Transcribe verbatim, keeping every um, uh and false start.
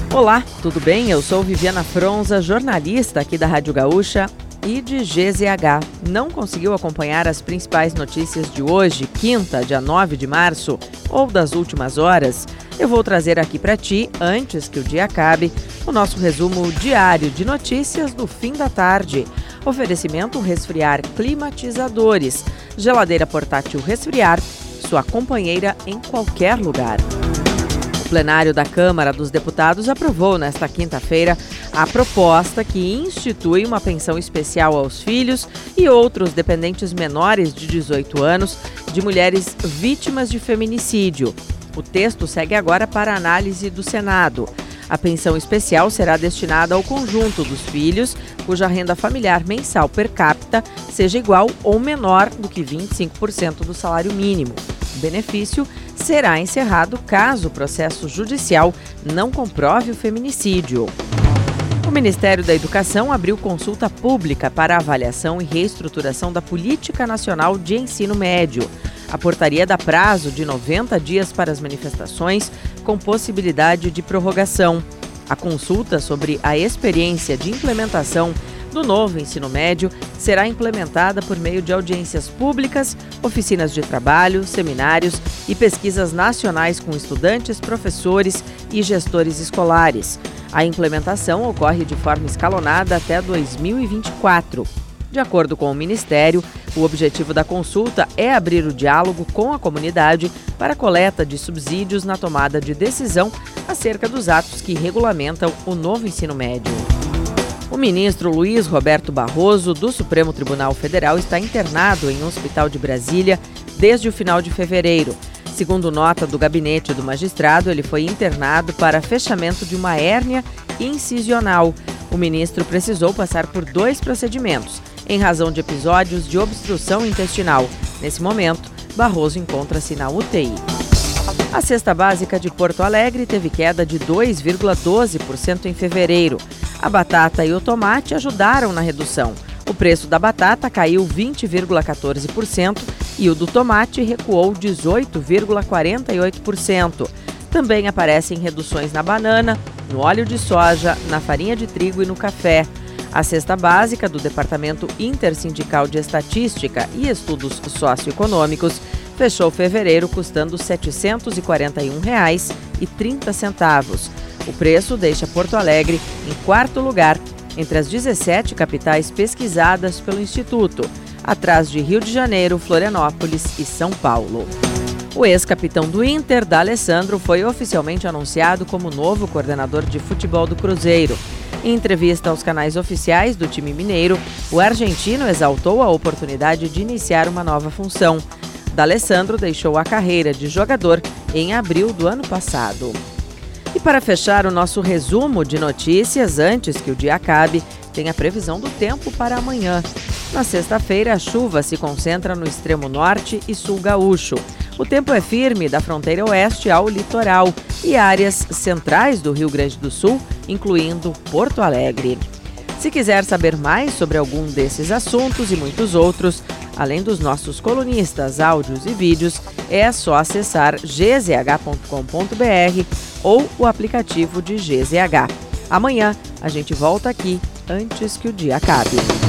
Olá, tudo bem? Eu sou Viviana Fronza, jornalista aqui da Rádio Gaúcha e de G Z H. Não conseguiu acompanhar as principais notícias de hoje, quinta, dia nove de março, ou das últimas horas? Eu vou trazer aqui para ti, antes que o dia acabe, o nosso resumo diário de notícias do fim da tarde. Oferecimento Resfriar Climatizadores. Geladeira portátil Resfriar, sua companheira em qualquer lugar. O plenário da Câmara dos Deputados aprovou nesta quinta-feira a proposta que institui uma pensão especial aos filhos e outros dependentes menores de dezoito anos de mulheres vítimas de feminicídio. O texto segue agora para análise do Senado. A pensão especial será destinada ao conjunto dos filhos cuja renda familiar mensal per capita seja igual ou menor do que vinte e cinco por cento do salário mínimo. O benefício será encerrado caso o processo judicial não comprove o feminicídio. O Ministério da Educação abriu consulta pública para avaliação e reestruturação da Política Nacional de Ensino Médio. A portaria dá prazo de noventa dias para as manifestações, com possibilidade de prorrogação. A consulta sobre a experiência de implementação do novo ensino médio será implementada por meio de audiências públicas, oficinas de trabalho, seminários e pesquisas nacionais com estudantes, professores e gestores escolares. A implementação ocorre de forma escalonada até dois mil e vinte e quatro. De acordo com o Ministério, o objetivo da consulta é abrir o diálogo com a comunidade para a coleta de subsídios na tomada de decisão acerca dos atos que regulamentam o novo ensino médio. O ministro Luiz Roberto Barroso, do Supremo Tribunal Federal, está internado em um hospital de Brasília desde o final de fevereiro. Segundo nota do gabinete do magistrado, ele foi internado para fechamento de uma hérnia incisional. O ministro precisou passar por dois procedimentos, em razão de episódios de obstrução intestinal. Nesse momento, Barroso encontra-se na U T I. A cesta básica de Porto Alegre teve queda de dois vírgula doze por cento em fevereiro. A batata e o tomate ajudaram na redução. O preço da batata caiu vinte vírgula quatorze por cento e o do tomate recuou dezoito vírgula quarenta e oito por cento. Também aparecem reduções na banana, no óleo de soja, na farinha de trigo e no café. A cesta básica do Departamento Intersindical de Estatística e Estudos Socioeconômicos fechou fevereiro custando setecentos e quarenta e um reais e trinta centavos. O preço deixa Porto Alegre em quarto lugar entre as dezessete capitais pesquisadas pelo Instituto, atrás de Rio de Janeiro, Florianópolis e São Paulo. O ex-capitão do Inter, D'Alessandro, foi oficialmente anunciado como novo coordenador de futebol do Cruzeiro. Em entrevista aos canais oficiais do time mineiro, o argentino exaltou a oportunidade de iniciar uma nova função. D'Alessandro deixou a carreira de jogador em abril do ano passado. E para fechar o nosso resumo de notícias, antes que o dia acabe, tem a previsão do tempo para amanhã. Na sexta-feira, a chuva se concentra no extremo norte e sul gaúcho. O tempo é firme da fronteira oeste ao litoral e áreas centrais do Rio Grande do Sul, incluindo Porto Alegre. Se quiser saber mais sobre algum desses assuntos e muitos outros, além dos nossos colunistas, áudios e vídeos, é só acessar g z h ponto com ponto b r ou o aplicativo de G Z H. Amanhã a gente volta aqui antes que o dia acabe.